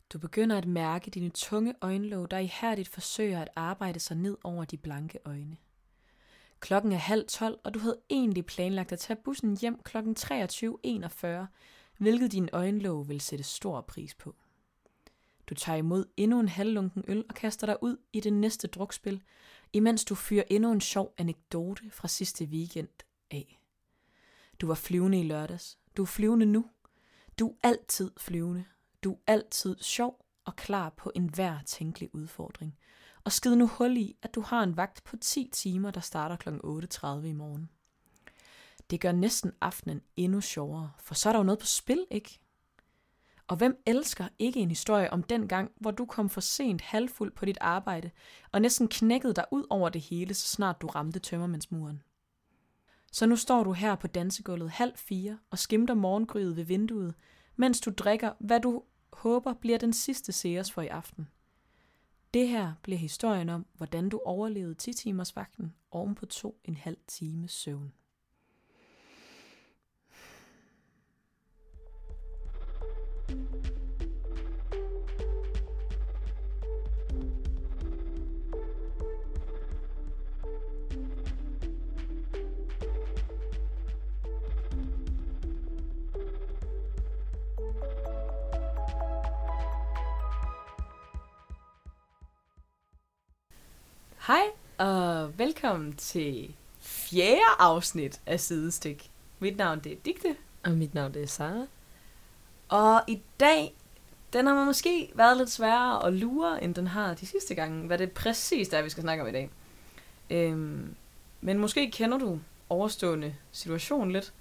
Du begynder at mærke dine tunge øjenlåg, der ihærdigt forsøger at arbejde sig ned over de blanke øjne. Klokken er 11:30, og du havde egentlig planlagt at tage bussen hjem kl. 23:41, hvilket dine øjenlåg vil sætte stor pris på. Du tager imod endnu en halvlunken øl og kaster dig ud i det næste drukspil, imens du fyrer endnu en sjov anekdote fra sidste weekend af. Du var flyvende i lørdags. Du er flyvende nu. Du er altid flyvende. Du er altid sjov og klar på enhver tænkelig udfordring. Og skid nu hul i, at du har en vagt på 10 timer, der starter kl. 8:30 i morgen. Det gør næsten aftenen endnu sjovere, for så er der jo noget på spil, ikke? Og hvem elsker ikke en historie om den gang, hvor du kom for sent halvfuld på dit arbejde, og næsten knækkede dig ud over det hele, så snart du ramte tømmermandsmuren? Så nu står du her på dansegulvet 3:30 og skimter morgengryet ved vinduet, mens du drikker, hvad du håber bliver den sidste seers for i aften. Det her bliver historien om, hvordan du overlevede 10-timers vagten oven på 2,5 times søvn. Hej og velkommen til 4. afsnit af Sidestik. Mit navn det er Digte. Og mit navn det er Sara. Og i dag, den har måske været lidt sværere at lure, end den har de sidste gange, hvad det præcis er, vi skal snakke om i dag. Men måske kender du overstående situation lidt.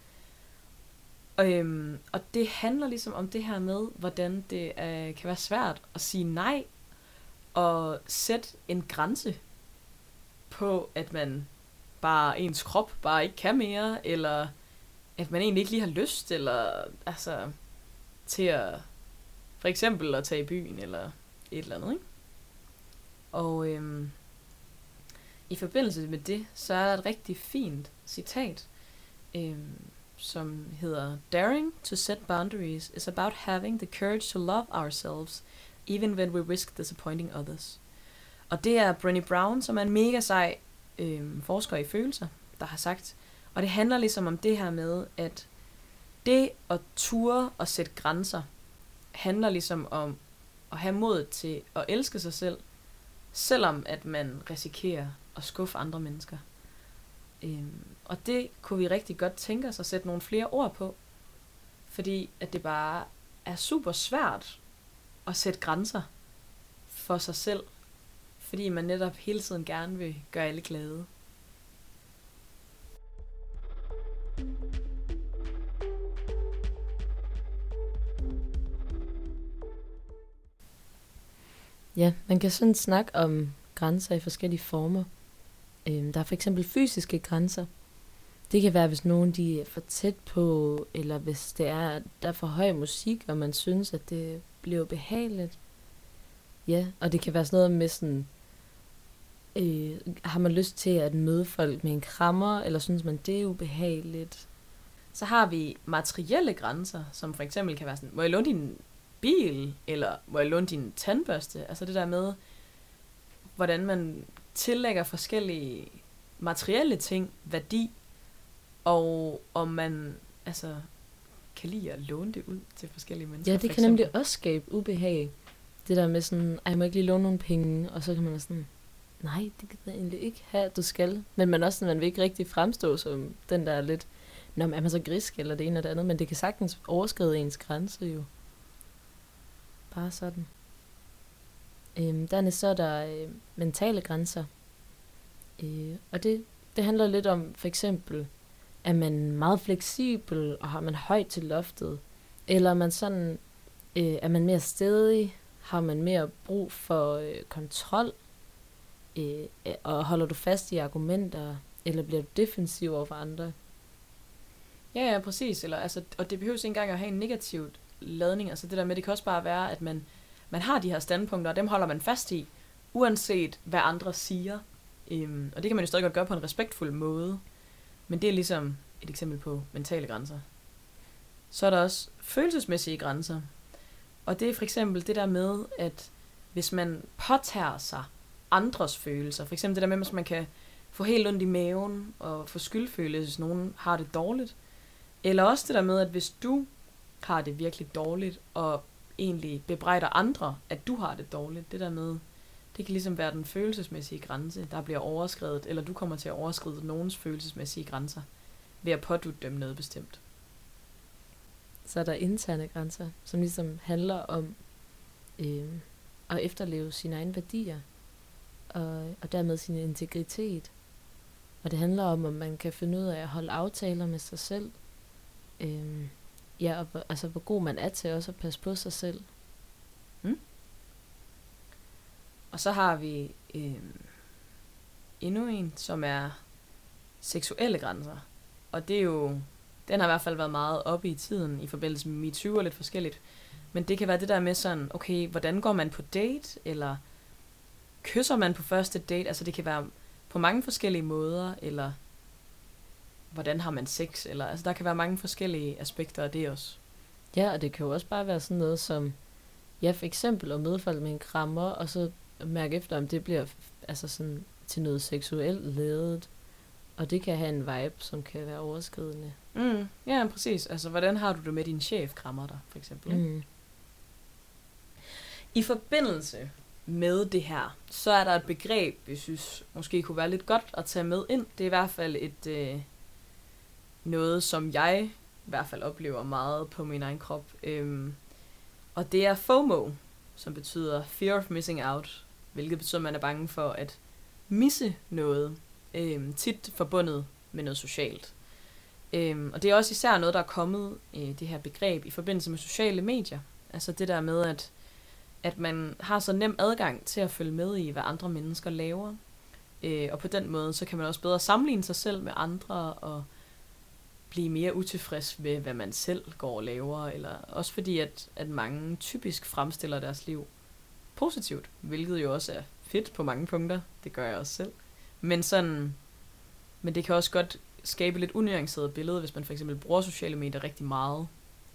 Og det handler ligesom om det her med, hvordan det kan være svært at sige nej og sætte en grænse på, at man bare, ens krop bare ikke kan mere, eller at man egentlig ikke lige har lyst, eller altså til at, for eksempel at tage i byen, eller et eller andet, ikke? Og i forbindelse med det, så er der et rigtig fint citat, som hedder: Daring to set boundaries is about having the courage to love ourselves, even when we risk disappointing others. Og det er Brené Brown, som er en mega sej forsker i følelser, der har sagt. Og det handler ligesom om det her med, at det at ture og sætte grænser, handler ligesom om at have mod til at elske sig selv, selvom at man risikerer at skuffe andre mennesker. Og det kunne vi rigtig godt tænke os at sætte nogle flere ord på, fordi at det bare er super svært at sætte grænser for sig selv, fordi man netop hele tiden gerne vil gøre alle glade. Ja, man kan sådan snakke om grænser i forskellige former. Der er for eksempel fysiske grænser. Det kan være, hvis nogen de er for tæt på, eller hvis det er, der er for høj musik, og man synes, at det bliver behageligt. Ja, og det kan være sådan noget med sådan, har man lyst til at møde folk med en krammer, eller synes man, det er ubehageligt. Så har vi materielle grænser, som for eksempel kan være sådan, må jeg låne din bil, eller må jeg låne din tandbørste? Altså det der med, hvordan man tillægger forskellige materielle ting værdi, og om man altså kan lide at låne det ud til forskellige mennesker. Ja, det kan nemlig også skabe ubehag. Det der med sådan, jeg må ikke lige låne nogle penge, og så kan man være sådan, nej, det kan jeg egentlig ikke have, du skal. Men man også, man vil ikke rigtig fremstå som den der lidt, er man så grisk eller det ene eller det andet, men det kan sagtens overskride ens grænse jo. Bare sådan. Dernæst så er der mentale grænser. Og det handler lidt om, for eksempel, er man meget fleksibel, og har man højt til loftet, eller er man sådan, er man mere stædig, har man mere brug for kontrol, og holder du fast i argumenter, eller bliver du defensiv over for andre? Ja, præcis. Eller, altså, og det behøves ikke engang at have en negativ ladning. Altså det der med, det kan også bare være, at man har de her standpunkter, og dem holder man fast i, uanset hvad andre siger. Og det kan man jo stadig godt gøre på en respektfuld måde. Men det er ligesom et eksempel på mentale grænser. Så er der også følelsesmæssige grænser. Og det er for eksempel det der med, at hvis man påtager sig andres følelser, for eksempel det der med, at man kan få helt ondt i maven og få skyldfølelse, hvis nogen har det dårligt. Eller også det der med, at hvis du har det virkelig dårligt, og egentlig bebrejder andre, at du har det dårligt, det der med, det kan ligesom være den følelsesmæssige grænse, der bliver overskredet, eller du kommer til at overskride nogens følelsesmæssige grænser, ved at pådutte dem noget bestemt. Så er der interne grænser, som ligesom handler om at efterleve sine egne værdier, og dermed sin integritet. Og det handler om man kan finde ud af at holde aftaler med sig selv. Ja, og altså hvor god man er til også at passe på sig selv. Og så har vi endnu en, som er seksuelle grænser. Og det er jo, den har i hvert fald været meget oppe i tiden i forbindelse med MeToo og lidt forskelligt. Men det kan være det der med sådan, okay, hvordan går man på date, eller kysser man på første date? Altså det kan være på mange forskellige måder, eller hvordan har man sex? Eller, altså der kan være mange forskellige aspekter af det også. Ja, og det kan jo også bare være sådan noget som, ja, for eksempel at møde folk med en krammer, og så mærke efter, om det bliver altså sådan til noget seksuelt ledet. Og det kan have en vibe, som kan være overskridende. Ja, præcis. Altså, hvordan har du det med din chef krammer dig, for eksempel? I forbindelse med det her, så er der et begreb, jeg synes måske kunne være lidt godt at tage med ind. Det er i hvert fald et noget, som jeg i hvert fald oplever meget på min egen krop. Og det er FOMO, som betyder Fear of Missing Out, hvilket betyder, at man er bange for at misse noget, tit forbundet med noget socialt. Og det er også især noget, der er kommet, det her begreb, i forbindelse med sociale medier. Altså det der med, at man har så nem adgang til at følge med i, hvad andre mennesker laver. Og på den måde, så kan man også bedre sammenligne sig selv med andre, og blive mere utilfreds ved, hvad man selv går og laver. Eller også fordi, at mange typisk fremstiller deres liv positivt, hvilket jo også er fedt på mange punkter. Det gør jeg også selv. Men det kan også godt skabe lidt unuanceret billede, hvis man for eksempel bruger sociale medier rigtig meget.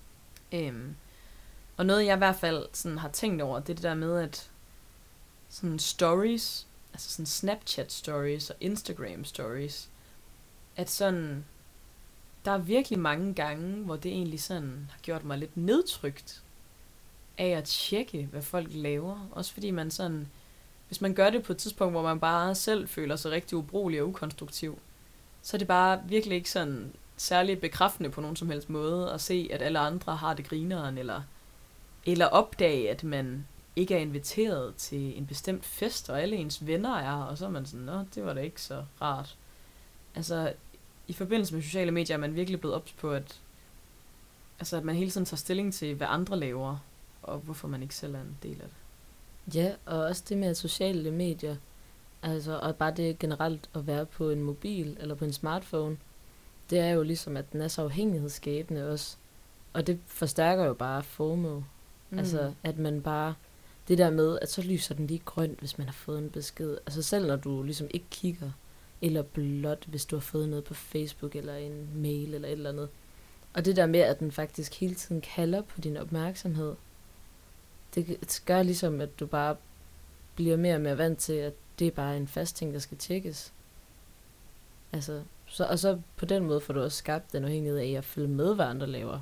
Og noget jeg i hvert fald sådan har tænkt over, det er det der med, at sådan stories, altså sådan Snapchat stories og Instagram stories, at sådan, der er virkelig mange gange, hvor det egentlig sådan har gjort mig lidt nedtrykt af at tjekke, hvad folk laver. Også fordi man sådan, hvis man gør det på et tidspunkt, hvor man bare selv føler sig rigtig ubrugelig og ukonstruktiv, så er det bare virkelig ikke sådan særligt bekræftende på nogen som helst måde at se, at alle andre har det grineren, eller opdage, at man ikke er inviteret til en bestemt fest, og alle ens venner er, og så er man sådan, nå, det var da ikke så rart. Altså, i forbindelse med sociale medier er man virkelig blevet ops på, at man hele tiden tager stilling til, hvad andre laver, og hvorfor man ikke selv er en del af det. Ja, og også det med sociale medier, altså, og bare det generelt at være på en mobil eller på en smartphone, det er jo ligesom, at den er så afhængighedsskabende også. Og det forstærker jo bare FOMO. Altså, at man bare, det der med, at så lyser den lige grønt, hvis man har fået en besked. Altså selv når du ligesom ikke kigger, eller blot, hvis du har fået noget på Facebook, eller en mail, eller et eller andet. Og det der med, at den faktisk hele tiden kalder på din opmærksomhed, det gør ligesom, at du bare bliver mere og mere vant til, at det er bare en fast ting, der skal tjekkes. Altså, og så på den måde får du også skabt den afhængighed af at følge med, hvad andre laver.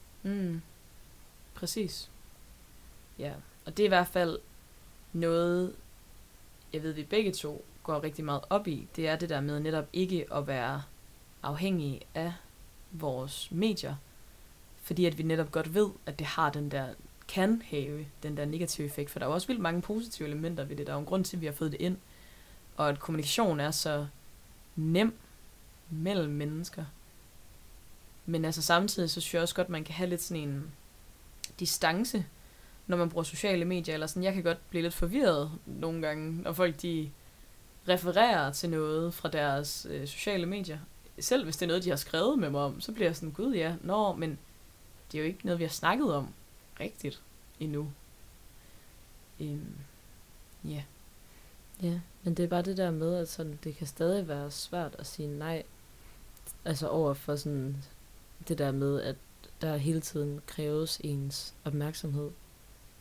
Præcis. Ja, og det er i hvert fald noget, jeg ved, vi begge to går rigtig meget op i. Det er det der med netop ikke at være afhængige af vores medier. Fordi at vi netop godt ved, at det har kan have den der negative effekt. For der er også vildt mange positive elementer ved det. Der er jo en grund til, at vi har fået det ind. Og at kommunikation er så nem mellem mennesker. Men altså samtidig, så synes jeg også godt, man kan have lidt sådan en distance, når man bruger sociale medier, eller sådan. Jeg kan godt blive lidt forvirret nogle gange, når folk de refererer til noget fra deres sociale medier. Selv hvis det er noget, de har skrevet med mig om, så bliver jeg sådan, gud ja, men det er jo ikke noget, vi har snakket om rigtigt endnu. Ja. Ja, men det er bare det der med, at sådan, det kan stadig være svært at sige nej. Altså over for sådan det der med, at der hele tiden kræves ens opmærksomhed.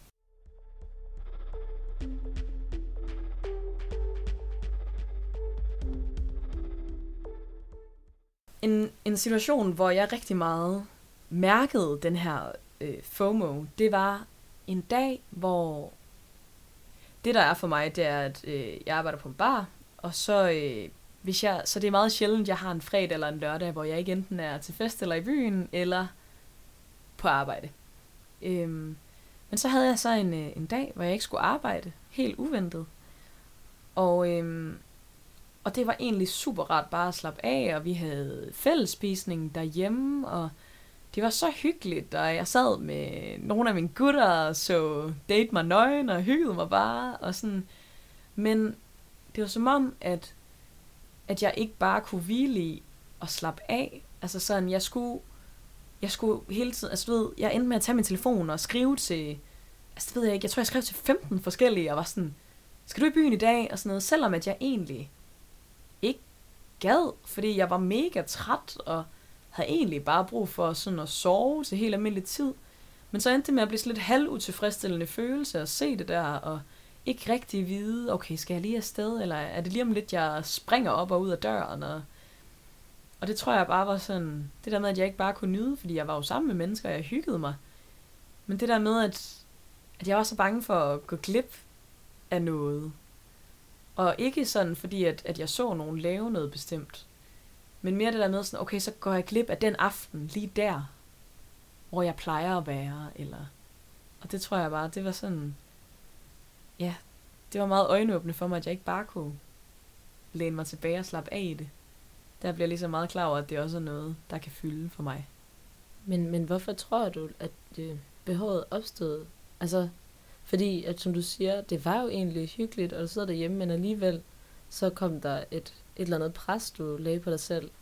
en situation, hvor jeg rigtig meget mærkede den her FOMO, det var en dag, hvor det der er for mig, det er, at jeg arbejder på en bar, og så, så det er meget sjældent, jeg har en fredag eller en lørdag, hvor jeg ikke enten er til fest eller i byen, eller på arbejde. Men så havde jeg så en dag, hvor jeg ikke skulle arbejde, helt uventet. Og det var egentlig super rart bare at slappe af, og vi havde fællesspisning derhjemme, og det var så hyggeligt, og jeg sad med nogle af mine gutter og så Date mig nøgen og hyggede mig bare, og sådan. Men det var som om, at jeg ikke bare kunne hvile i og slappe af. Altså sådan, jeg skulle hele tiden, altså du ved, jeg endte med at tage min telefon og skrive til, altså det ved jeg ikke, jeg tror jeg skrev til 15 forskellige, og var sådan, skal du i byen i dag, og sådan noget, selvom at jeg egentlig ikke gad, fordi jeg var mega træt, og havde egentlig bare brug for sådan at sove til helt almindelig tid. Men så endte det med at blive sådan lidt halvutilfredsstillende følelse at se det der, og ikke rigtig vide, okay, skal jeg lige afsted, eller er det lige om lidt, jeg springer op og ud af døren, og det tror jeg bare var sådan, det der med, at jeg ikke bare kunne nyde, fordi jeg var jo sammen med mennesker, og jeg hyggede mig. Men det der med, at jeg var så bange for at gå glip af noget. Og ikke sådan, fordi at jeg så nogen lave noget bestemt. Men mere det der med sådan, okay, så går jeg glip af den aften lige der, hvor jeg plejer at være, eller. Og det tror jeg bare, det var sådan, ja, det var meget øjenåbne for mig, at jeg ikke bare kunne læne mig tilbage og slappe af i det. Der bliver jeg ligesom meget klar over, at det også er noget, der kan fylde for mig. Men hvorfor tror du, at behovet opstod? Altså, fordi, at som du siger, det var jo egentlig hyggeligt, og du sidder derhjemme, men alligevel, så kom der et eller andet pres, du lagde på dig selv.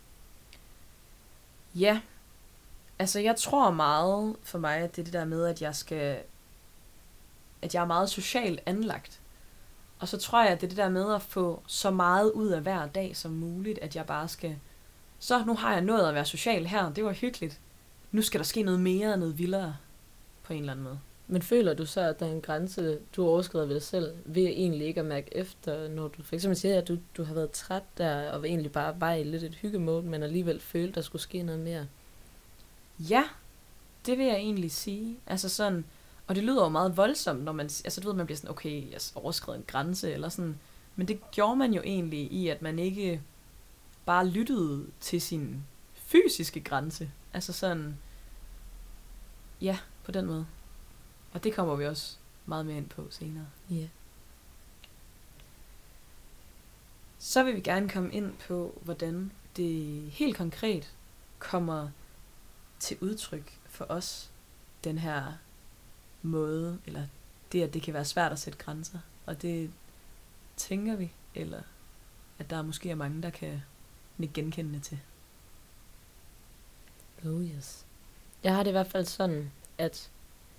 Ja, altså jeg tror meget for mig, at det er det der med, at jeg er meget socialt anlagt. Og så tror jeg, at det er det der med at få så meget ud af hver dag som muligt, at jeg bare skal, så nu har jeg nået at være social her, det var hyggeligt. Nu skal der ske noget mere og noget vildere på en eller anden måde. Men føler du så, at der er en grænse, du overskrider ved dig selv, ved egentlig ikke at mærke efter, når du for eksempel siger, at du har været træt der, og egentlig bare var i lidt et hyggemode, men alligevel følte, der skulle ske noget mere? Ja, det vil jeg egentlig sige. Altså sådan, og det lyder jo meget voldsomt, når man, altså du ved, man bliver sådan, okay, jeg overskred en grænse, eller sådan. Men det gjorde man jo egentlig i, at man ikke bare lyttede til sin fysiske grænse. Altså sådan, ja, på den måde. Og det kommer vi også meget mere ind på senere. Ja. Yeah. Så vil vi gerne komme ind på, hvordan det helt konkret kommer til udtryk for os, den her måde, eller det, at det kan være svært at sætte grænser. Og det tænker vi, eller at der måske er mange, der kan nikke genkendende til. Oh yes. Jeg har det i hvert fald sådan, at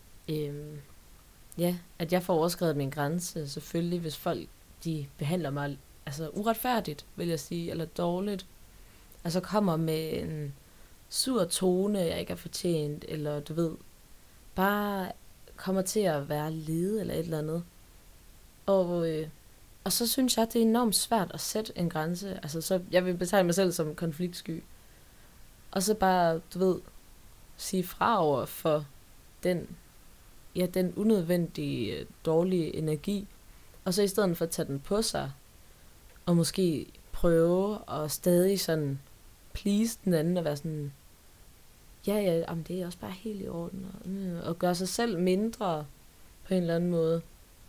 at jeg får overskredet min grænse, selvfølgelig, hvis folk, de behandler mig altså uretfærdigt, vil jeg sige, eller dårligt. Altså kommer med en sur tone, jeg ikke har fortjent, eller du ved, bare kommer til at være lede eller et eller andet. Og så synes jeg, det er enormt svært at sætte en grænse. Altså, så jeg vil betegne mig selv som konfliktsky. Og så bare, du ved, sige fra over for den unødvendige, dårlige energi. Og så i stedet for at tage den på sig, og måske prøve at stadig sådan please den anden, og være sådan, jamen det er også bare helt i orden, og gøre sig selv mindre på en eller anden måde.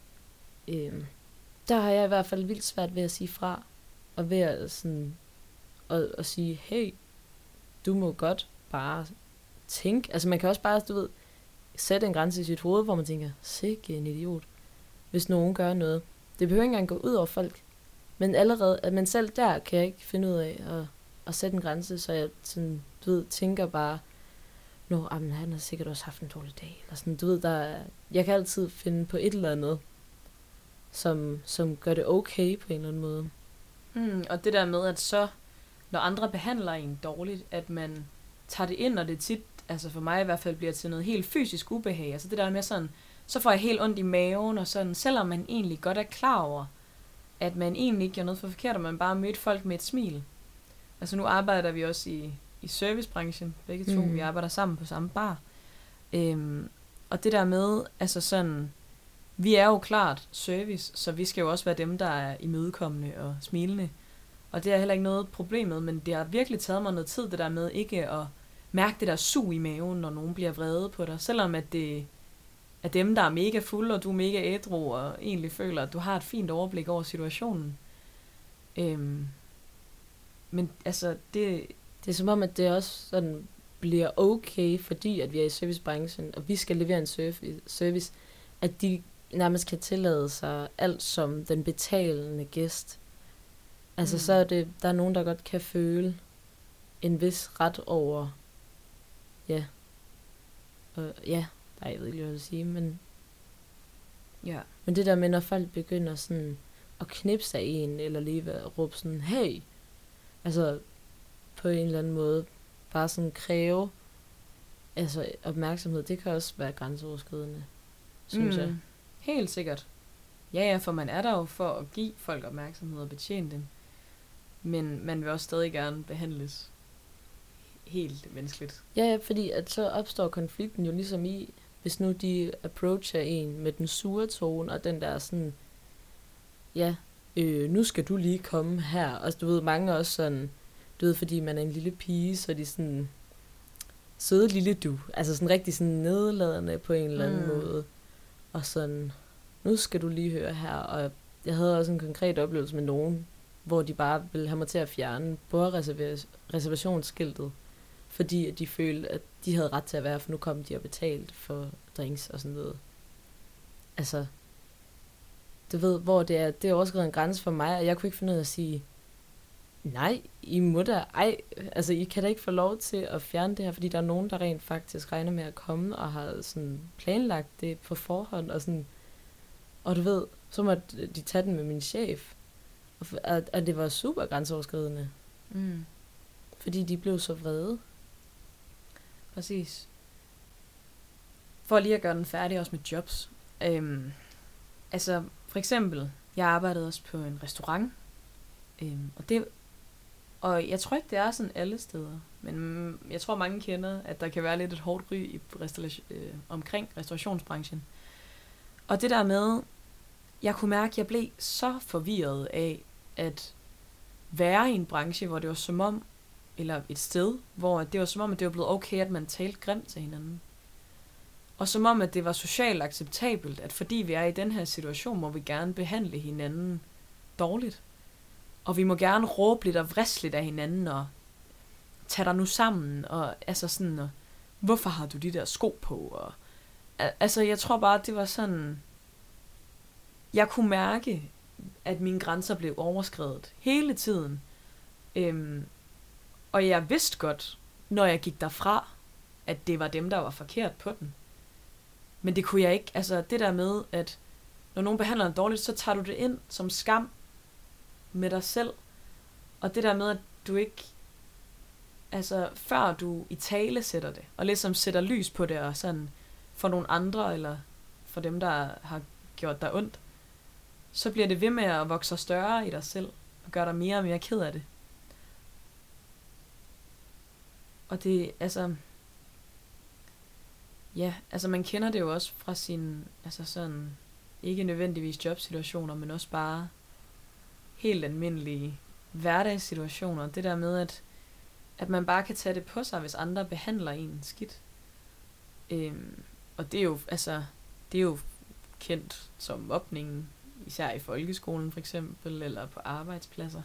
Der har jeg i hvert fald vildt svært ved at sige fra, og ved at sådan, at sige, hey, du må godt bare tænke, altså man kan også bare, du ved, sætte en grænse i sit hoved, hvor man tænker, sikke en idiot, hvis nogen gør noget. Det behøver ikke engang gå ud over folk, men selv der kan jeg ikke finde ud af at sætte en grænse, så jeg sådan, du ved, tænker bare, han har sikkert også haft en dårlig dag, eller sådan, du ved, jeg kan altid finde på et eller andet, som gør det okay på en eller anden måde. Og det der med, at så, når andre behandler en dårligt, at man tager det ind, og det tit, altså for mig i hvert fald, bliver til noget helt fysisk ubehag. Altså det der med sådan, så får jeg helt ondt i maven, og sådan, selvom man egentlig godt er klar over, at man egentlig ikke gør noget for forkert, og man bare mødte folk med et smil. Altså nu arbejder vi også i servicebranchen, begge to. Vi arbejder sammen på samme bar. Og det der med, altså sådan, vi er jo klart service, så vi skal jo også være dem, der er imødekommende og smilende. Og det er heller ikke noget problem med, men det har virkelig taget mig noget tid, det der med ikke at mærke det der sug i maven, når nogen bliver vrede på dig. Selvom at det er dem, der er mega fulde, og du er mega ædru, og egentlig føler, at du har et fint overblik over situationen. Men altså, det er som om, at det også sådan bliver okay, fordi at vi er i servicebranchen, og vi skal levere en service, at de nærmest kan tillade sig alt som den betalende gæst. Altså så er det, der er nogen, der godt kan føle en vis ret over, ja, jeg ved ikke, hvad jeg vil sige, men men det der med, når folk begynder sådan at knipse af en, eller lige at råbe sådan, hey, altså på en eller anden måde, bare sådan kræve altså opmærksomhed, det kan også være grænseoverskridende, synes jeg. Helt sikkert. Ja, for man er der jo for at give folk opmærksomhed og betjene dem. Men man vil også stadig gerne behandles helt menneskeligt. Ja, fordi at så opstår konflikten jo ligesom i, hvis nu de approacher en med den sure tone, og den der sådan, nu skal du lige komme her. Og du ved, mange også sådan, du ved, fordi man er en lille pige, så er de sådan, søde lille du. Altså sådan rigtig sådan nedladende på en eller anden måde. Og sådan, nu skal du lige høre her. Og jeg havde også en konkret oplevelse med nogen, hvor de bare ville have mig til at fjerne bordreservationsskiltet, fordi at de følte, at de havde ret til at være, for nu kom de og betalt for drinks og sådan noget. Altså, du ved, hvor det er overskredet en grænse for mig, og jeg kunne ikke finde ud af at sige, nej, I må da, altså I kan da ikke få lov til at fjerne det her, fordi der er nogen, der rent faktisk regner med at komme, og har sådan planlagt det på forhånd, og sådan, og du ved, så må de tage den med min chef, og det var super grænseoverskridende. Fordi de blev så vrede. Præcis. For lige at gøre den færdig også med jobs. Altså, for eksempel, jeg arbejdede også på en restaurant. Og jeg tror ikke, det er sådan alle steder. Men jeg tror, mange kender, at der kan være lidt et hårdt ry i omkring restaurationsbranchen. Og det der med, jeg kunne mærke, at jeg blev så forvirret af at være i en branche, hvor det var som om, eller et sted, hvor det var som om, at det var blevet okay, at man talte grimt til hinanden. Og som om, at det var socialt acceptabelt, at fordi vi er i den her situation, må vi gerne behandle hinanden dårligt. Og vi må gerne råbe lidt og vriste lidt af hinanden, og tage dig nu sammen, og altså sådan, og, hvorfor har du de der sko på? Og, altså, jeg tror bare, det var sådan, jeg kunne mærke, at mine grænser blev overskredet hele tiden. Og jeg vidste godt, når jeg gik derfra, at det var dem, der var forkert på den. Men det kunne jeg ikke. Altså det der med, at når nogen behandler dig dårligt, så tager du det ind som skam med dig selv. Og det der med, at du ikke, altså før du i tale sætter det, og ligesom sætter lys på det, og sådan for nogle andre, eller for dem, der har gjort dig ondt, så bliver det ved med at vokse større i dig selv, og gøre dig mere og mere ked af det. Og det, altså, ja, altså man kender det jo også fra sin, altså sådan, ikke nødvendigvis jobsituationer, men også bare helt almindelige hverdagssituationer. Det der med, at man bare kan tage det på sig, hvis andre behandler en skidt. Og det er jo, altså, det er jo kendt som mobningen, især i folkeskolen for eksempel, eller på arbejdspladser.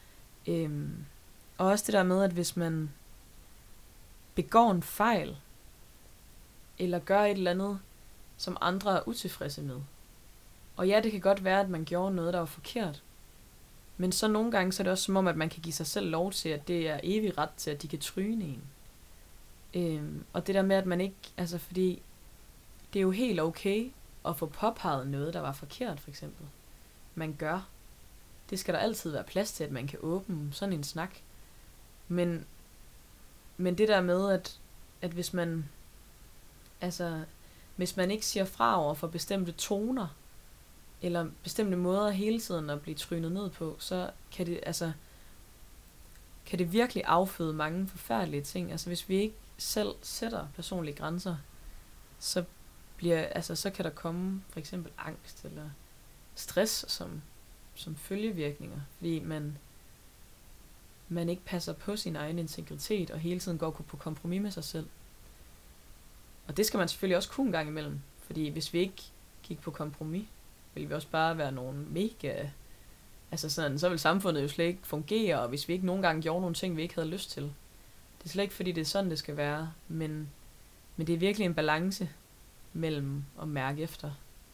Og også det der med, at hvis man begår en fejl, eller gør et eller andet, som andre er utilfredse med. Og ja, det kan godt være, at man gjorde noget, der var forkert. Men så nogle gange, så er det også som om, at man kan give sig selv lov til, at det er evig ret til, at de kan tryne en. Og det der med, at man ikke, altså fordi, det er jo helt okay at få påpeget noget, der var forkert, for eksempel. Man gør. Det skal der altid være plads til, at man kan åbne sådan en snak. Men det der med, at hvis man, altså, hvis man ikke siger fra over for bestemte toner, eller bestemte måder hele tiden at blive trynet ned på, så kan kan det virkelig afføde mange forfærdelige ting. Altså hvis vi ikke selv sætter personlige grænser, så så kan der komme for eksempel angst eller stress som følgevirkninger, fordi man ikke passer på sin egen integritet og hele tiden går på kompromis med sig selv. Og det skal man selvfølgelig også kunne en gang imellem, fordi hvis vi ikke gik på kompromis, ville vi også bare være nogle mega... Altså sådan, så vil samfundet jo slet ikke fungere, og hvis vi ikke nogen gange gjorde nogle ting, vi ikke havde lyst til. Det er slet ikke, fordi det er sådan, det skal være, men det er virkelig en balance mellem at mærke efter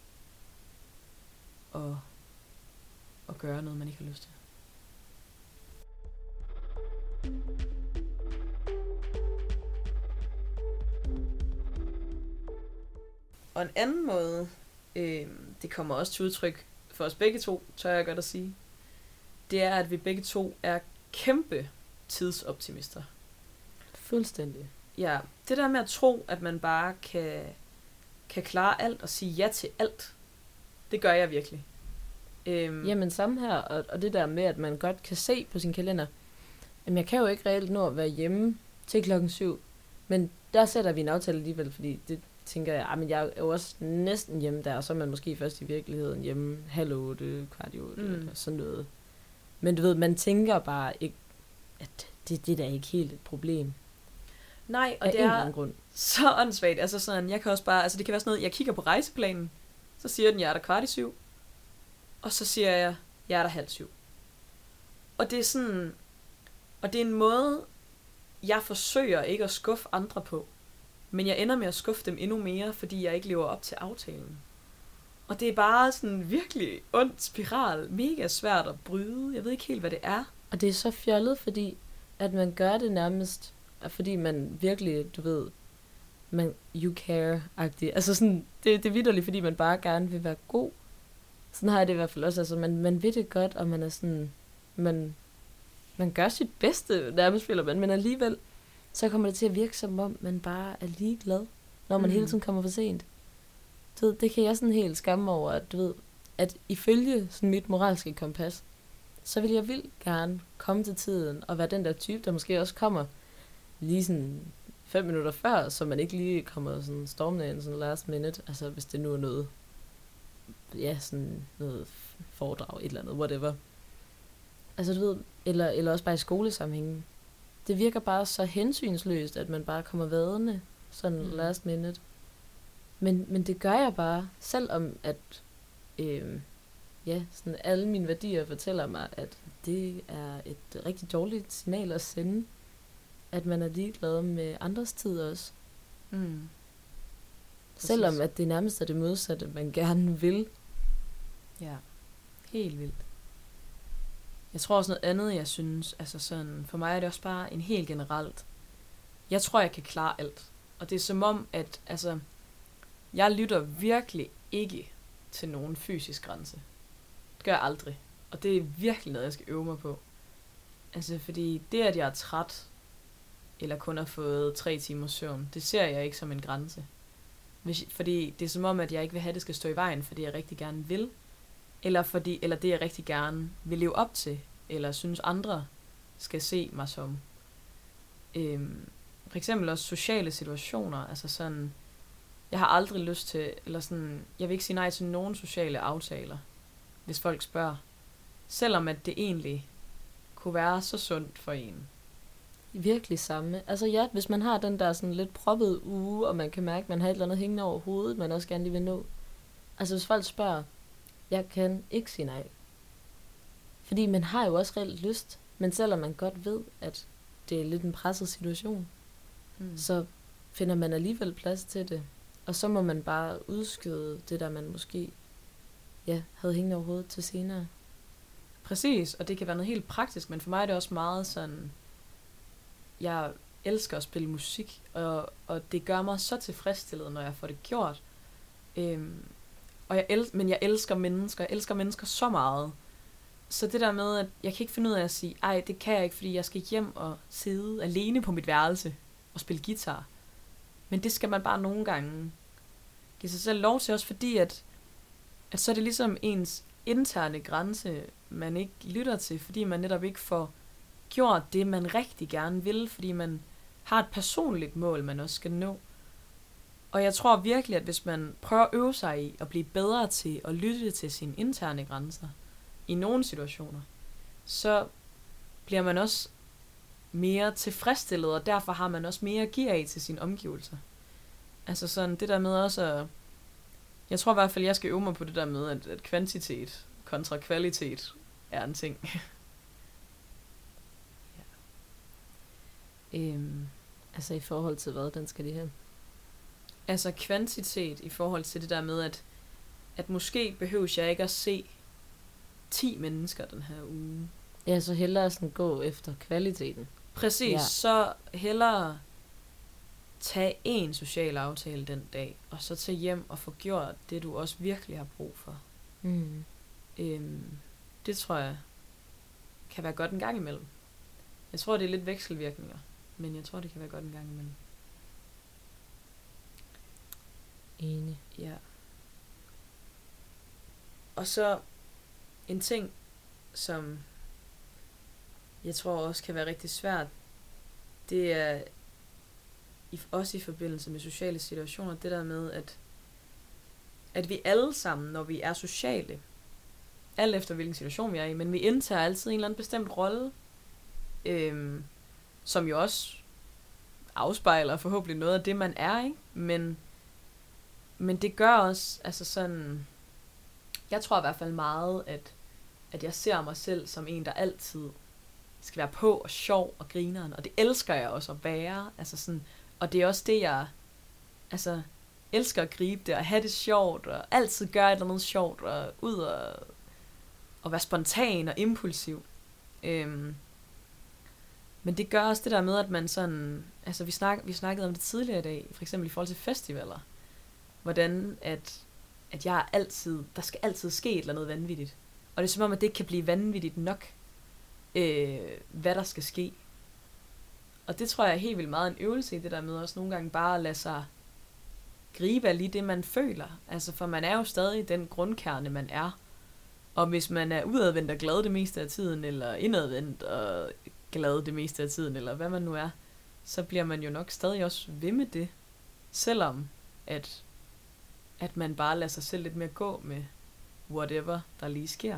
og gøre noget, man ikke har lyst til. Og en anden måde, det kommer også til udtryk for os begge to, tør jeg godt at sige, det er, at vi begge to er kæmpe tidsoptimister. Fuldstændig. Ja, det der med at tro, at man bare kan klare alt og sige ja til alt, det gør jeg virkelig. Jamen samme her, og det der med, at man godt kan se på sin kalender, jamen jeg kan jo ikke reelt nå at være hjemme til 7:00, men der sætter vi en aftale alligevel, fordi det tænker jeg, men jeg er jo også næsten hjemme der, og så er man måske først i virkeligheden hjemme 7:30, 7:15, eller sådan noget. Men du ved, man tænker bare ikke, at det er da ikke helt et problem. Nej, og det er så åndssvagt. Altså sådan, jeg kan også bare, altså det kan være sådan noget, jeg kigger på rejseplanen, så siger den, jeg er der 6:15, og så siger jeg er der 6:30. Og det er sådan, og det er en måde, jeg forsøger ikke at skuffe andre på, men jeg ender med at skuffe dem endnu mere, fordi jeg ikke lever op til aftalen. Og det er bare sådan virkelig ond spiral, mega svært at bryde. Jeg ved ikke helt, hvad det er. Og det er så fjollet, fordi at man gør det nærmest, fordi man virkelig, du ved, you care-agtigt. Altså sådan, det er vitterligt, fordi man bare gerne vil være god. Sådan har jeg det i hvert fald også. Altså man vil det godt, og man er sådan, man gør sit bedste, nærmest føler man, men alligevel, så kommer det til at virke som om, man bare er ligeglad, når man hele tiden kommer for sent. Du ved, det kan jeg sådan helt skamme over, at du ved, at ifølge sådan mit moralske kompas, så vil jeg vildt gerne komme til tiden, og være den der type, der måske også kommer lige sådan 5 minutter før, så man ikke lige kommer sådan stormende ind sådan last minute, altså hvis det nu er noget, ja, sådan noget foredrag, et eller andet, whatever. Altså du ved, eller også bare i skolesammenhængen. Det virker bare så hensynsløst, at man bare kommer vadende, sådan last minute. Men det gør jeg bare, selvom at sådan alle mine værdier fortæller mig, at det er et rigtig dårligt signal at sende, at man er ligeglad med andres tid også. Selvom at det nærmest er det modsatte, man gerne vil. Ja, helt vildt. Jeg tror også noget andet, jeg synes, altså sådan, for mig er det også bare en helt generelt. Jeg tror, jeg kan klare alt. Og det er som om, at altså, jeg lytter virkelig ikke til nogen fysisk grænse. Det gør jeg aldrig. Og det er virkelig noget, jeg skal øve mig på. Altså, fordi det, at jeg er træt, eller kun har fået 3 timers søvn, det ser jeg ikke som en grænse. Fordi det er som om, at jeg ikke vil have, at det skal stå i vejen, fordi jeg rigtig gerne vil. Eller det, jeg rigtig gerne vil leve op til, eller synes andre skal se mig som. For eksempel også sociale situationer, altså sådan, jeg har aldrig lyst til, eller sådan, jeg vil ikke sige nej til nogen sociale aftaler, hvis folk spørger. Selvom at det egentlig kunne være så sundt for en. Virkelig samme. Altså ja, hvis man har den der sådan lidt proppet uge, og man kan mærke, at man har et eller andet hængende over hovedet, man også gerne lige vil nå. Altså hvis folk spørger, jeg kan ikke sige nej. Fordi man har jo også reelt lyst, men selvom man godt ved, at det er lidt en presset situation, så finder man alligevel plads til det. Og så må man bare udskyde det, der man måske havde hængende over hovedet til senere. Præcis, og det kan være noget helt praktisk, men for mig er det også meget sådan, jeg elsker at spille musik, og det gør mig så tilfredsstillet, når jeg får det gjort. Men jeg elsker mennesker så meget. Så det der med, at jeg kan ikke finde ud af at sige, ej, det kan jeg ikke, fordi jeg skal hjem og sidde alene på mit værelse og spille guitar. Men det skal man bare nogle gange give sig selv lov til, også fordi, at så er det ligesom ens interne grænse, man ikke lytter til, fordi man netop ikke får gjort det, man rigtig gerne vil, fordi man har et personligt mål, man også skal nå. Og jeg tror virkelig, at hvis man prøver at øve sig i at blive bedre til at lytte til sine interne grænser i nogle situationer, så bliver man også mere tilfredsstillet, og derfor har man også mere at give af til sine omgivelser. Altså sådan det der med også at... Jeg tror i hvert fald, jeg skal øve mig på det der med, at kvantitet kontra kvalitet er en ting. Altså i forhold til hvad, den skal de have? Altså kvantitet i forhold til det der med, at måske behøves jeg ikke at se 10 mennesker den her uge. Ja, så hellere sådan gå efter kvaliteten. Præcis, ja. Så hellere tage en social aftale den dag, og så tage hjem og få gjort det, du også virkelig har brug for. Mm. Det tror jeg kan være godt en gang imellem. Jeg tror, det er lidt vekselvirkninger, men jeg tror, det kan være godt en gang imellem. Enig. Ja. Og så en ting, som jeg tror også kan være rigtig svært, det er også i forbindelse med sociale situationer, det der med, at vi alle sammen, når vi er sociale, alt efter hvilken situation vi er i, men vi indtager altid en eller anden bestemt rolle, som jo også afspejler forhåbentlig noget af det, man er, ikke? Men det gør også, altså sådan, jeg tror i hvert fald meget, at jeg ser mig selv som en, der altid skal være på og sjov og grineren, og det elsker jeg også at være, altså sådan, og det er også det, jeg altså elsker at gribe det, og have det sjovt, og altid gøre et eller andet sjovt, og ud og være spontan og impulsiv. Men det gør også det der med, at man sådan, altså vi snakkede om det tidligere i dag, for eksempel i forhold til festivaler, hvordan at jeg altid, der skal altid ske et eller andet vanvittigt. Og det er som om, at det ikke kan blive vanvittigt nok, hvad der skal ske. Og det tror jeg er helt vildt meget en øvelse i det der med også nogle gange bare at lade sig gribe af lige det, man føler. Altså, for man er jo stadig den grundkerne, man er. Og hvis man er udadvendt og glad det meste af tiden, eller indadvendt og glad det meste af tiden, eller hvad man nu er, så bliver man jo nok stadig også ved med det. Selvom at man bare lader sig selv lidt mere gå med whatever, der lige sker.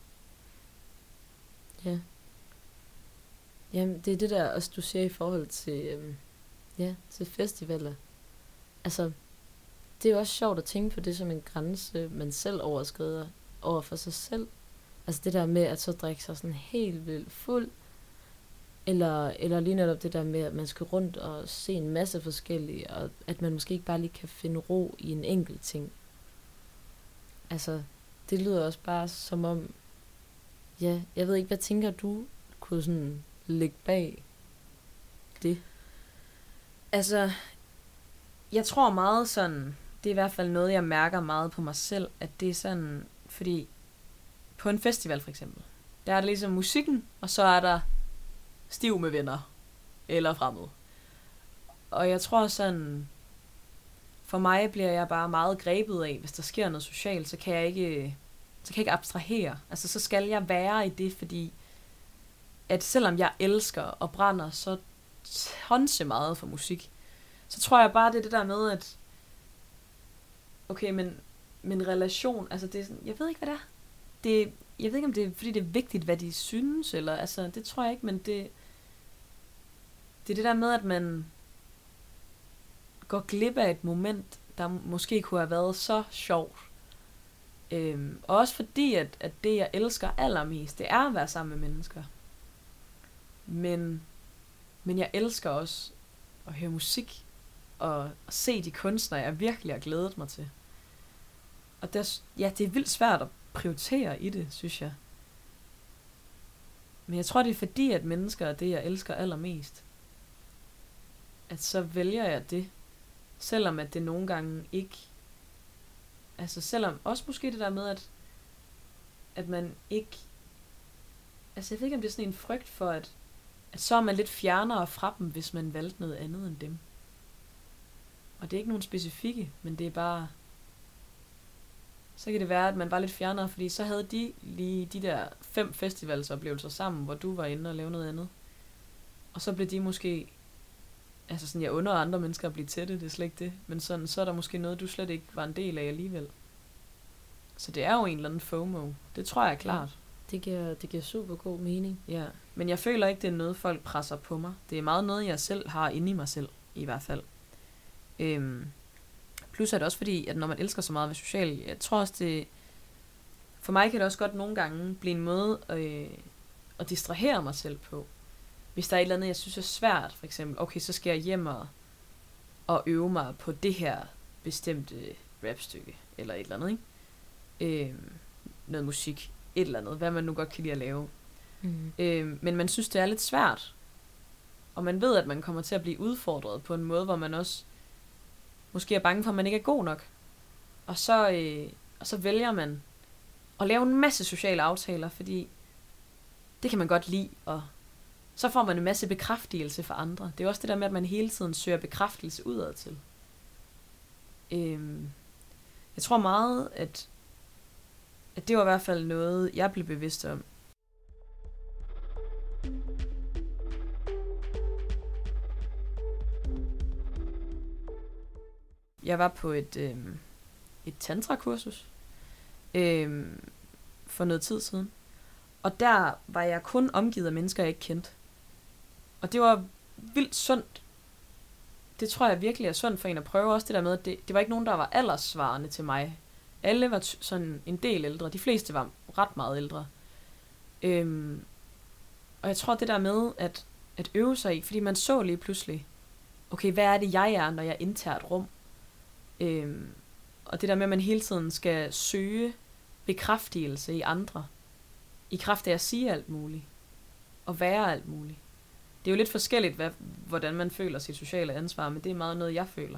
Ja. Jamen, det er det der også, du siger i forhold til, til festivaler. Altså, det er jo også sjovt at tænke på det som en grænse, man selv overskrider over for sig selv. Altså det der med at så drikke sig sådan helt vildt fuld, eller lige netop det der med, at man skal rundt og se en masse forskellige, og at man måske ikke bare lige kan finde ro i en enkelt ting. Altså, det lyder også bare som om, ja, jeg ved ikke, hvad tænker du kunne sådan ligge bag det? Altså, jeg tror meget sådan, det er i hvert fald noget, jeg mærker meget på mig selv, at det er sådan, fordi på en festival for eksempel, der er der ligesom musikken, og så er der stiv med venner, eller fremmede. Og jeg tror sådan, for mig bliver jeg bare meget grebet af, hvis der sker noget socialt, så kan jeg ikke abstrahere. Altså, så skal jeg være i det, fordi at selvom jeg elsker og brænder så tonse meget for musik, så tror jeg bare, det er det der med, at okay, men min relation, altså det er sådan, jeg ved ikke, hvad det er. Jeg ved ikke, om det er, fordi det er vigtigt, hvad de synes, eller altså, det tror jeg ikke, men det er det der med, at man går glip af et moment, der måske kunne have været så sjovt. Og også fordi, at det, jeg elsker allermest, det er at være sammen med mennesker. Men jeg elsker også at høre musik, og se de kunstnere, jeg virkelig har glædet mig til. Og det er vildt svært at prioritere i det, synes jeg. Men jeg tror, det er fordi, at mennesker er det, jeg elsker allermest. At så vælger jeg det, selvom at det nogle gange ikke... Altså selvom, også måske det der med, at man ikke... Altså jeg ved ikke, om det er sådan en frygt for, at så er man lidt fjernere fra dem, hvis man valgte noget andet end dem. Og det er ikke nogen specifikke, men det er bare... Så kan det være, at man var lidt fjernere, fordi så havde de lige de der 5 festivalsoplevelser sammen, hvor du var inde og lave noget andet. Og så bliver de måske, altså sådan, jeg under andre mennesker at blive tætte, det er slet ikke det, men sådan, så er der måske noget, du slet ikke var en del af alligevel. Så det er jo en eller anden FOMO. Det tror jeg er klart. Det giver super god mening. Ja, men jeg føler ikke, det er noget, folk presser på mig. Det er meget noget, jeg selv har inde i mig selv, i hvert fald. Plus er det også fordi, at når man elsker så meget ved social, jeg tror også, det... For mig kan det også godt nogle gange blive en måde at distrahere mig selv på. Hvis der er et eller andet, jeg synes er svært, for eksempel, okay, så skal jeg hjem og øve mig på det her bestemte rapstykke, eller et eller andet, ikke? Noget musik, et eller andet, hvad man nu godt kan lide at lave. Men man synes, det er lidt svært. Og man ved, at man kommer til at blive udfordret på en måde, hvor man også måske er bange for, at man ikke er god nok. Og så vælger man at lave en masse sociale aftaler, fordi det kan man godt lide, og så får man en masse bekræftelse fra andre. Det er også det der med, at man hele tiden søger bekræftelse udad til. Jeg tror meget, at det var i hvert fald noget, jeg blev bevidst om. Jeg var på et tantra-kursus for noget tid siden. Og der var jeg kun omgivet af mennesker, jeg ikke kendte. Og det var vildt sundt. Det tror jeg virkelig er sundt for en at prøve også det der med, at det var ikke nogen, der var alderssvarende til mig. Alle var sådan en del ældre. De fleste var ret meget ældre. Og jeg tror det der med at øve sig i, fordi man så lige pludselig, okay, hvad er det jeg er, når jeg indtager et rum? Og det der med, at man hele tiden skal søge bekræftelse i andre, i kraft af at sige alt muligt, og være alt muligt. Det er jo lidt forskelligt, hvordan man føler sit sociale ansvar, men det er meget noget, jeg føler.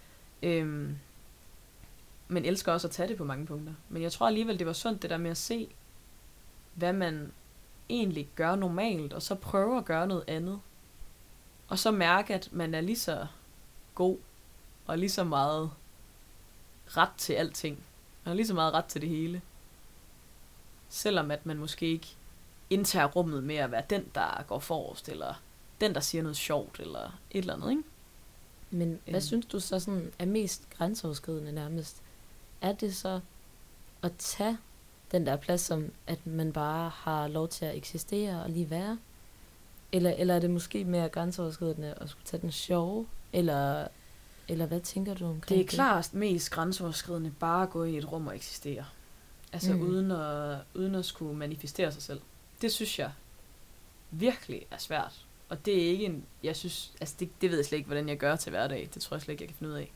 Men elsker også at tage det på mange punkter. Men jeg tror alligevel, det var sundt det der med at se, hvad man egentlig gør normalt, og så prøve at gøre noget andet. Og så mærke, at man er lige så god, og lige så meget ret til alting. Man har lige så meget ret til det hele. Selvom at man måske ikke indtager rummet med at være den, der går forrest, eller den, der siger noget sjovt, eller et eller andet, ikke? Men hvad synes du så sådan er mest grænseoverskridende nærmest? Er det så at tage den der plads, som at man bare har lov til at eksistere og lige være? Eller er det måske mere grænseoverskridende at skulle tage den sjove? Eller hvad tænker du omkring det? Det er klart mest grænseoverskridende bare at gå i et rum og eksistere. Altså uden at skulle manifestere sig selv. Det synes jeg virkelig er svært. Og det er ikke jeg synes, altså det ved jeg slet ikke, hvordan jeg gør til hverdag. Det tror jeg slet ikke, jeg kan finde ud af.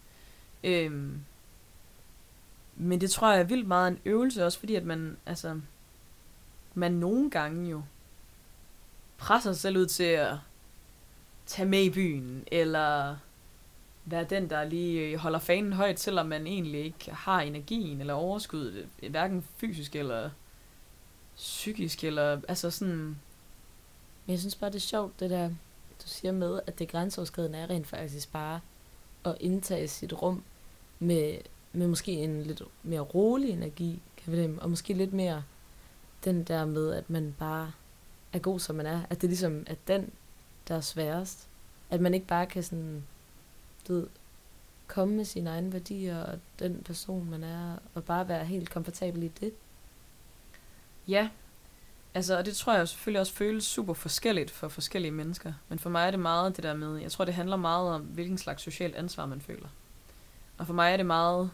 Men det tror jeg er vildt meget en øvelse også, fordi at man nogle gange jo presser sig selv ud til at tage med i byen, eller være den, der lige holder fanen højt, selvom man egentlig ikke har energien eller overskuddet, hverken fysisk eller psykisk, eller altså sådan. Men jeg synes bare, det er sjovt, det der, du siger med, at det grænseoverskridende er rent faktisk bare at indtage sit rum med måske en lidt mere rolig energi, kan vi det, og måske lidt mere den der med, at man bare er god, som man er. At det ligesom er den, der er sværest. At man ikke bare kan sådan, komme med sine egne værdier, og den person, man er, og bare være helt komfortabel i det. Ja, altså, og det tror jeg selvfølgelig også føles super forskelligt for forskellige mennesker. Men for mig er det meget det der med, jeg tror, det handler meget om, hvilken slags socialt ansvar man føler. Og for mig er det meget,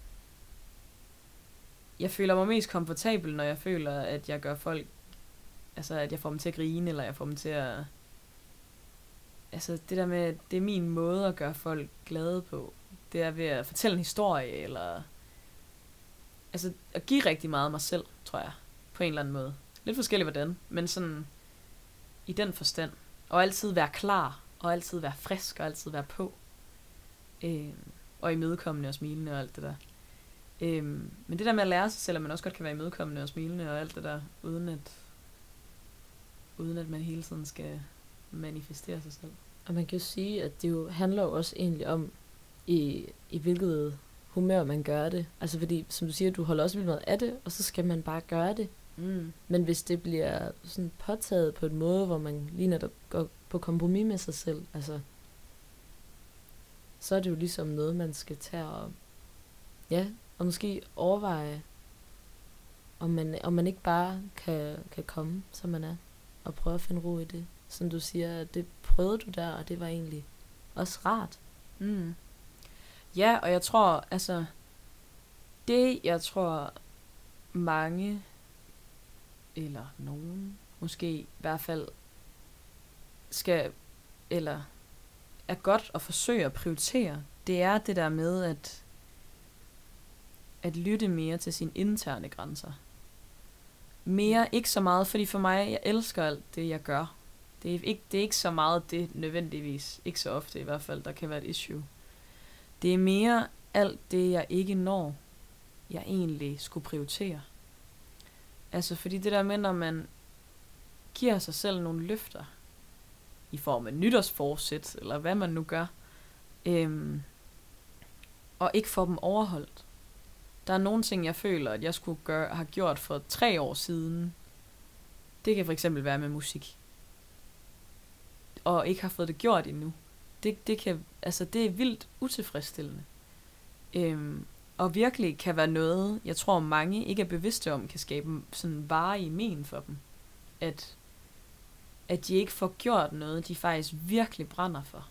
jeg føler mig mest komfortabel, når jeg føler, at jeg gør folk, altså at jeg får dem til at grine, eller jeg får dem til at, altså det der med, det er min måde at gøre folk glade på. Det er ved at fortælle en historie, eller altså at give rigtig meget af mig selv, tror jeg, på en eller anden måde. Lidt forskelligt hvordan, men sådan i den forstand. Og altid være klar, og altid være frisk, og altid være på. Og imødekommende og smilende og alt det der. Men det der med at lære sig selv, at man også godt kan være imødekommende og smilende og alt det der, uden at man hele tiden skal manifestere sig selv. Og man kan jo sige, at det jo handler jo også egentlig om, i hvilket humør man gør det. Altså fordi, som du siger, du holder også vildt meget af det, og så skal man bare gøre det. Men hvis det bliver sådan påtaget på en måde, hvor man lige netop går på kompromis med sig selv, altså, så er det jo ligesom noget, man skal tage og, ja, og måske overveje, om man ikke bare kan komme, som man er, og prøve at finde ro i det. Som du siger, det prøvede du der, og det var egentlig også rart. Mm. Ja, og jeg tror, altså, jeg tror mange, eller nogen, måske i hvert fald, skal, eller er godt at forsøge at prioritere, det er det der med at lytte mere til sine interne grænser. Mere, ikke så meget, fordi for mig, jeg elsker alt det, jeg gør. Det er ikke så meget det nødvendigvis, ikke så ofte i hvert fald, der kan være et issue. Det er mere alt det, jeg ikke når, jeg egentlig skulle prioritere. Altså, fordi det der med, når man giver sig selv nogle løfter, i form af nytårsforsæt, eller hvad man nu gør, og ikke får dem overholdt. Der er nogle ting, jeg føler, at jeg skulle have gjort for 3 år siden. Det kan for eksempel være med musik. Og ikke har fået det gjort endnu. Det er vildt utilfredsstillende. Og virkelig kan være noget, jeg tror mange ikke er bevidste om, kan skabe sådan varige men for dem. At de ikke får gjort noget, de faktisk virkelig brænder for.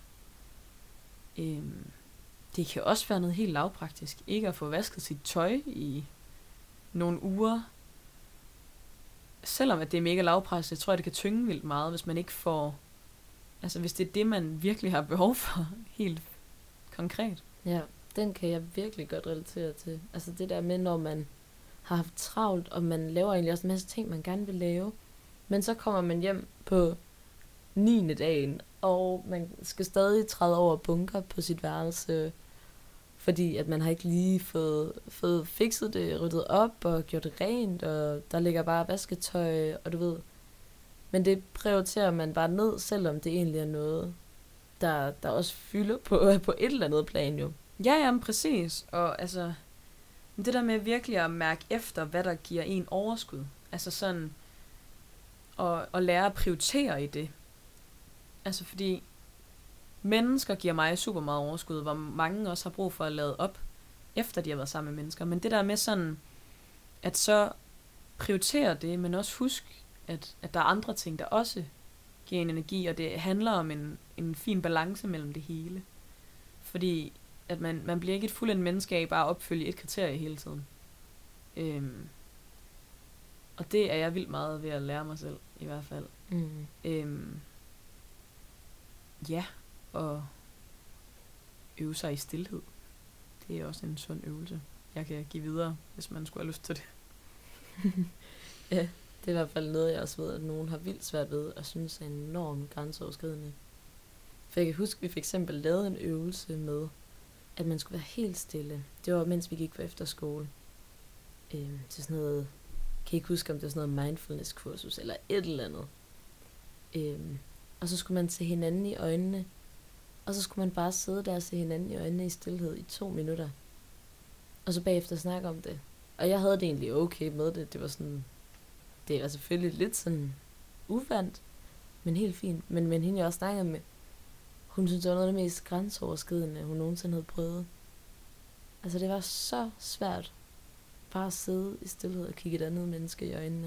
Det kan også være noget helt lavpraktisk. Ikke at få vasket sit tøj i nogle uger. Selvom at det er mega lavpraktisk, jeg tror, det kan tynge vildt meget, hvis man ikke får... Altså hvis det er det, man virkelig har behov for, helt konkret. Ja, den kan jeg virkelig godt relatere til. Altså det der med, når man har haft travlt, og man laver egentlig også en masse ting, man gerne vil lave. Men så kommer man hjem på 9. dagen, og man skal stadig træde over bunker på sit værelse, fordi at man har ikke lige fået fikset det, ryddet op og gjort det rent, og der ligger bare vasketøj, og du ved. Men det prioriterer man bare ned, selvom det egentlig er noget, der også fylder på et eller andet plan jo. Ja, men præcis. Og altså, det der med virkelig at mærke efter, hvad der giver en overskud. Altså sådan, og lære at prioritere i det. Altså fordi, mennesker giver mig super meget overskud, hvor mange også har brug for at lade op, efter de har været sammen med mennesker. Men det der med sådan, at så prioritere det, men også husk, at der er andre ting, der også giver en energi, og det handler om en fin balance mellem det hele. Fordi at man bliver ikke et fuldendt menneske af bare at opfylde et kriterie hele tiden. Og det er jeg vildt meget ved at lære mig selv, i hvert fald. Ja, og øve sig i stilhed. Det er også en sund øvelse, jeg kan give videre, hvis man skulle have lyst til det. Ja, det er i hvert fald noget, jeg også ved, at nogen har vildt svært ved, og synes er enormt grænseoverskridende. For jeg kan huske, at vi for eksempel lavede en øvelse med, at man skulle være helt stille. Det var, mens vi gik på efterskole. Til sådan noget, kan jeg ikke huske, om det var sådan noget mindfulness-kursus, eller et eller andet. Og så skulle man se hinanden i øjnene, og så skulle man bare sidde der og se hinanden i øjnene i stilhed i 2 minutter. Og så bagefter snakke om det. Og jeg havde det egentlig okay med det. Det var sådan, det var selvfølgelig lidt sådan uvandt, men helt fint. Men hende jeg også snakkede med, hun synes det var noget af det mest grænseoverskridende, hun nogensinde havde prøvet. Altså det var så svært, bare at sidde i stilhed og kigge et andet menneske i øjnene.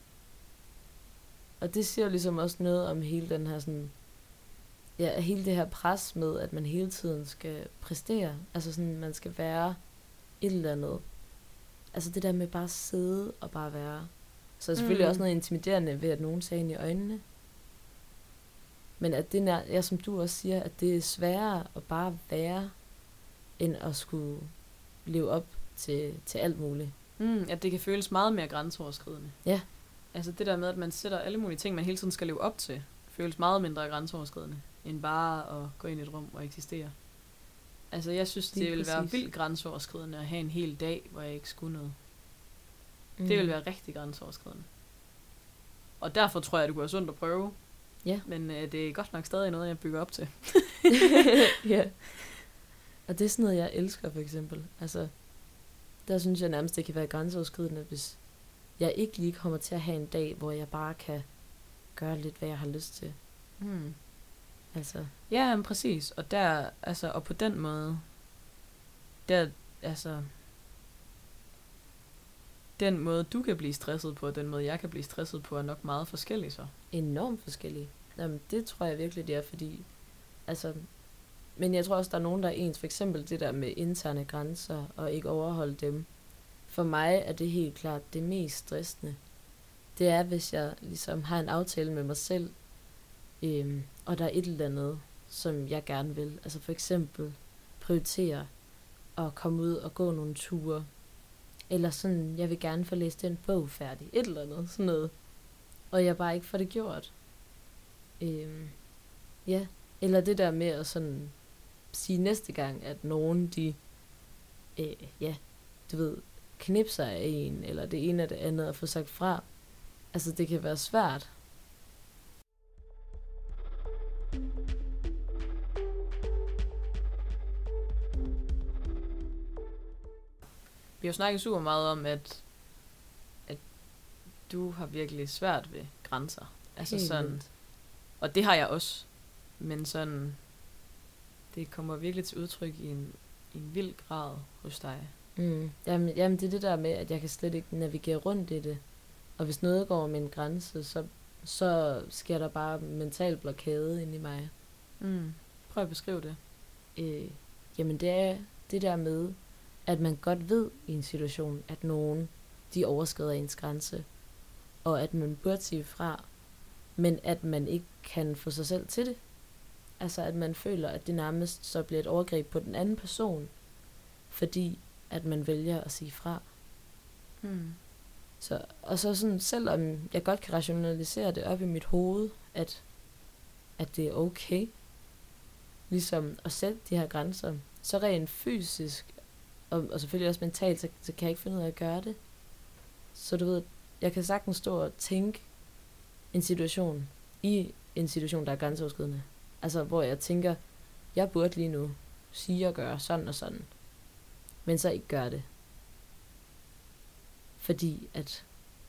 Og det siger ligesom også noget om hele den her sådan, ja, hele det her pres med, at man hele tiden skal præstere. Altså sådan, man skal være et eller andet. Altså det der med bare at sidde og bare være. Så er selvfølgelig også noget intimiderende ved, at nogen ser ind i øjnene. Men at det er, ja, som du også siger, at det er sværere at bare være, end at skulle leve op til alt muligt. At det kan føles meget mere grænseoverskridende. Ja. Altså det der med, at man sætter alle mulige ting, man hele tiden skal leve op til, føles meget mindre grænseoverskridende, end bare at gå ind i et rum og eksistere. Altså jeg synes, det ville være vildt grænseoverskridende at have en hel dag, hvor jeg ikke skulle noget. Det ville være rigtig grænseoverskridende. Og derfor tror jeg, det kunne være sundt at prøve. Ja. Men det er godt nok stadig noget, jeg bygger op til. Ja. Og det er sådan noget, jeg elsker for eksempel. Altså, der synes jeg nærmest, det kan være grænseoverskridende, hvis jeg ikke lige kommer til at have en dag, hvor jeg bare kan gøre lidt, hvad jeg har lyst til. Altså, Ja, men præcis. Og der, altså, og på den måde, der, altså, den måde, du kan blive stresset på, og den måde, jeg kan blive stresset på, er nok meget forskellig så. enormt forskellige. Jamen, det tror jeg virkelig, det er, fordi, altså, men jeg tror også, der er nogen, der er ens. For eksempel det der med interne grænser, og ikke overholde dem. For mig er det helt klart det mest stressende. Det er, hvis jeg ligesom har en aftale med mig selv, og der er et eller andet, som jeg gerne vil. Altså for eksempel prioritere at komme ud og gå nogle ture. Eller sådan, jeg vil gerne få læst den bog færdig. Et eller andet, sådan noget. Og jeg bare ikke får det gjort. Ja. Eller det der med at sådan sige næste gang, at nogen de, ja, du ved, knipser af en, eller det ene eller det andet, og få sagt fra. Altså, det kan være svært. Vi har jo snakket super meget om, at du har virkelig svært ved grænser. Altså Helt sådan, vildt. og det har jeg også. Men sådan, det kommer virkelig til udtryk i en vild grad hos dig. Jamen, det er det der med, at jeg kan slet ikke navigere rundt i det. Og hvis noget går over min grænse, så sker der bare mental blokade inde i mig. Prøv at beskrive det. Jamen, det er det der med, at man godt ved i en situation, at nogen, de overskrider ens grænse. Og at man burde sige fra, men at man ikke kan få sig selv til det. Altså, at man føler, at det nærmest så bliver et overgreb på den anden person, fordi at man vælger at sige fra. Så, og så sådan, selvom jeg godt kan rationalisere det op i mit hoved, at det er okay, ligesom at sætte de her grænser, så rent fysisk, og selvfølgelig også mentalt, så kan jeg ikke finde ud af at gøre det. Så du ved, jeg kan sagtens stå og tænke en situation, der er grænseoverskridende. Altså, hvor jeg tænker, jeg burde lige nu sige og gøre sådan og sådan, men så ikke gøre det. Fordi at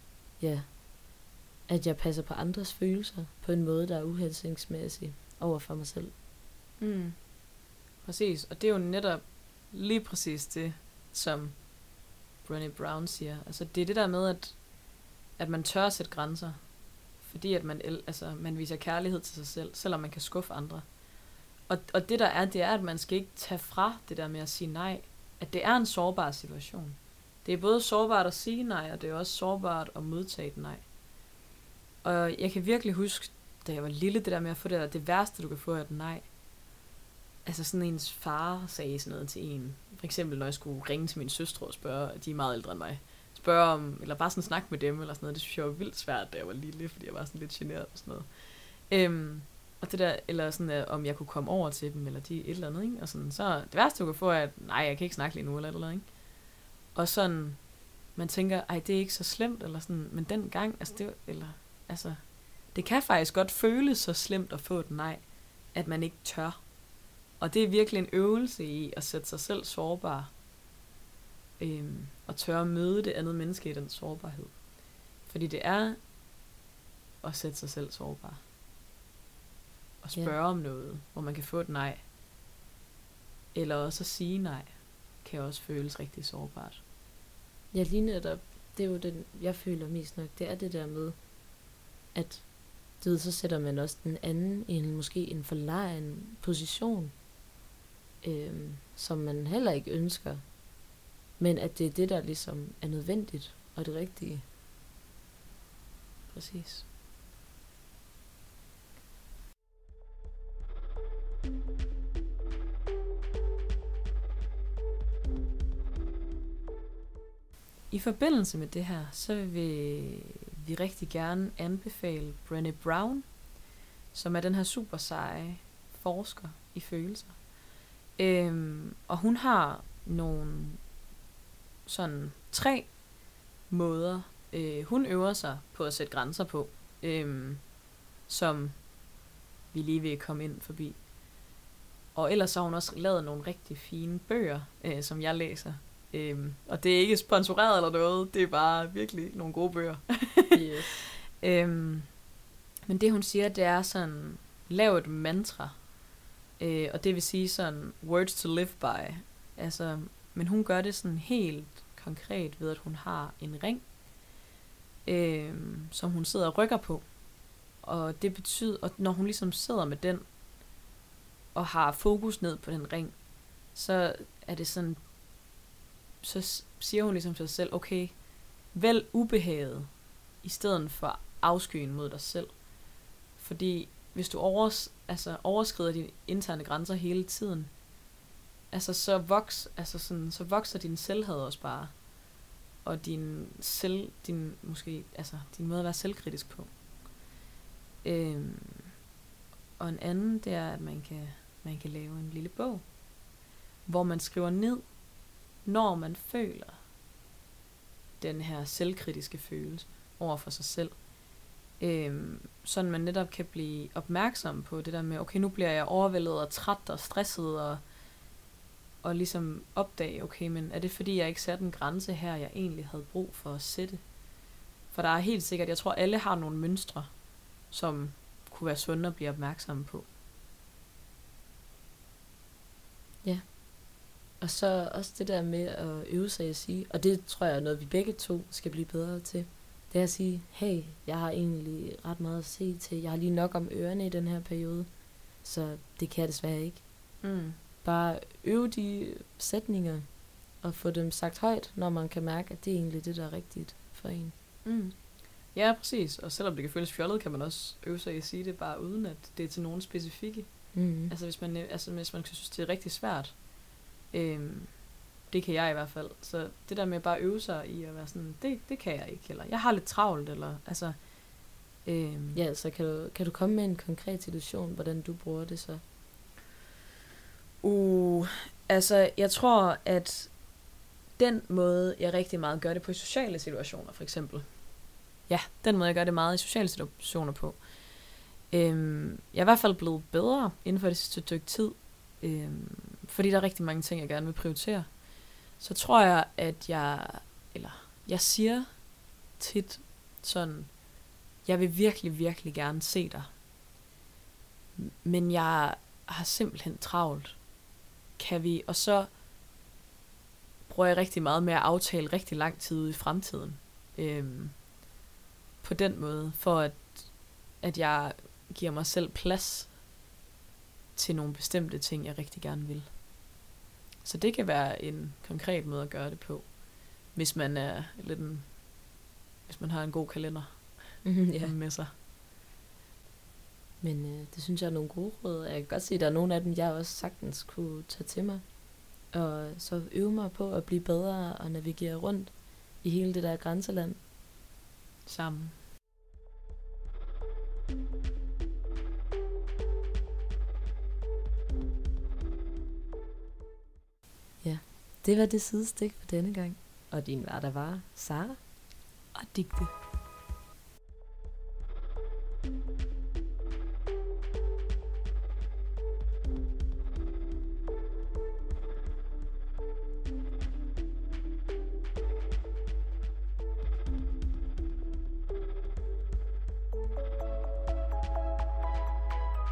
jeg passer på andres følelser på en måde, der er uhensigtsmæssig over for mig selv. Præcis, og det er jo netop lige præcis det, som Brené Brown siger. Altså det er det der med, at man tør at sætte grænser, fordi at man viser kærlighed til sig selv, selvom man kan skuffe andre. Og det der er, det er, at man skal ikke tage fra det der med at sige nej, at det er en sårbar situation. Det er både sårbart at sige nej, og det er også sårbart at modtage et nej. Og jeg kan virkelig huske, da jeg var lille, det der med at få det værste, du kan få, er et nej. Altså sådan ens far sagde sådan noget til en. For eksempel, når jeg skulle ringe til mine søstre og spørge, de er meget ældre end mig, spørge om, eller bare sådan snakke med dem, eller sådan noget. Det synes jeg var vildt svært, da jeg var lille, fordi jeg var sådan lidt generet og sådan noget. Og det der, eller sådan, om jeg kunne komme over til dem, eller de et eller andet, ikke? Og sådan, så det værste, du kan få, er, at nej, jeg kan ikke snakke lige nu, eller ikke? Og sådan, man tænker, ej, det er ikke så slemt, eller sådan, men dengang, det kan faktisk godt føles så slemt at få et nej, at man ikke tør. Og det er virkelig en øvelse i at sætte sig selv sårbar, og tør at møde det andet menneske i den sårbarhed. Fordi det er at sætte sig selv sårbar. Og spørge om noget, hvor man kan få et nej. Eller også at sige nej, kan også føles rigtig sårbart. Ja, lige netop, det er jo den, jeg føler mest nok, det er det der med, at du ved, så sætter man også den anden i måske en forlegen position, som man heller ikke ønsker, men at det er det, der ligesom er nødvendigt, og det rigtige. Præcis. I forbindelse med det her, så vil vi rigtig gerne anbefale Brené Brown, som er den her super seje forsker i følelser. Og hun har nogle sådan 3 måder, hun øver sig på at sætte grænser på, som vi lige vil komme ind forbi. Og ellers har hun også lavet nogle rigtig fine bøger, som jeg læser. Og det er ikke sponsoreret eller noget, det er bare virkelig nogle gode bøger. Yes. Men det hun siger, det er sådan, lav et mantra, og det vil sige sådan, words to live by. Altså, men hun gør det sådan helt konkret ved, at hun har en ring, som hun sidder og rykker på. Og det betyder, at når hun ligesom sidder med den, og har fokus ned på den ring, så er det sådan, så siger hun ligesom til sig selv, okay, vælg ubehaget, i stedet for afskyen mod dig selv. Fordi hvis du overskrider dine interne grænser hele tiden, så vokser din selvhad også bare. Og din måde at være selvkritisk på. Og en anden, det er, at man kan lave en lille bog, hvor man skriver ned, når man føler den her selvkritiske følelse over for sig selv. Sådan man netop kan blive opmærksom på det der med, okay, nu bliver jeg overvældet og træt og stresset, og ligesom opdage, okay, men er det fordi, jeg ikke satte en grænse her, jeg egentlig havde brug for at sætte? For der er helt sikkert, jeg tror alle har nogle mønstre, som kunne være sunde at blive opmærksomme på. Ja. Og så også det der med at øve sig at sige, og det tror jeg er noget, vi begge to skal blive bedre til, det er at sige, hey, jeg har egentlig ret meget at se til, jeg har lige nok om ørerne i den her periode, så det kan jeg desværre ikke. Bare øve de sætninger, og få dem sagt højt, når man kan mærke, at det er egentlig det, der er rigtigt for en. Ja, præcis. Og selvom det kan føles fjollet, kan man også øve sig i at sige det, bare uden at det er til nogen specifikke. Altså hvis man synes, det er rigtig svært. Det kan jeg i hvert fald. Så det der med bare at øve sig i at være sådan, det kan jeg ikke, eller jeg har lidt travlt, eller altså... Ja, så kan du komme med en konkret situation, hvordan du bruger det så? Jeg tror, at den måde, jeg rigtig meget gør det på i sociale situationer, for eksempel. Ja, den måde, jeg gør det meget i sociale situationer på. Jeg er i hvert fald blevet bedre inden for det sidste stykke tid. Fordi der er rigtig mange ting, jeg gerne vil prioritere. Så tror jeg, at jeg siger tit sådan, jeg vil virkelig, virkelig gerne se dig. Men jeg har simpelthen travlt. Kan vi? Og så bruger jeg rigtig meget med at aftale rigtig lang tid ude i fremtiden. På den måde, for at jeg giver mig selv plads til nogle bestemte ting, jeg rigtig gerne vil. Så det kan være en konkret måde at gøre det på, hvis man er hvis man har en god kalender med sig. Men det synes jeg er nogle gode råd. Jeg kan godt se, at der er nogle af dem, jeg også sagtens kunne tage til mig. Og så øve mig på at blive bedre og navigere rundt i hele det der grænseland. Sammen. Ja, det var det sidestik for denne gang. Og din vært var Sara og Digte.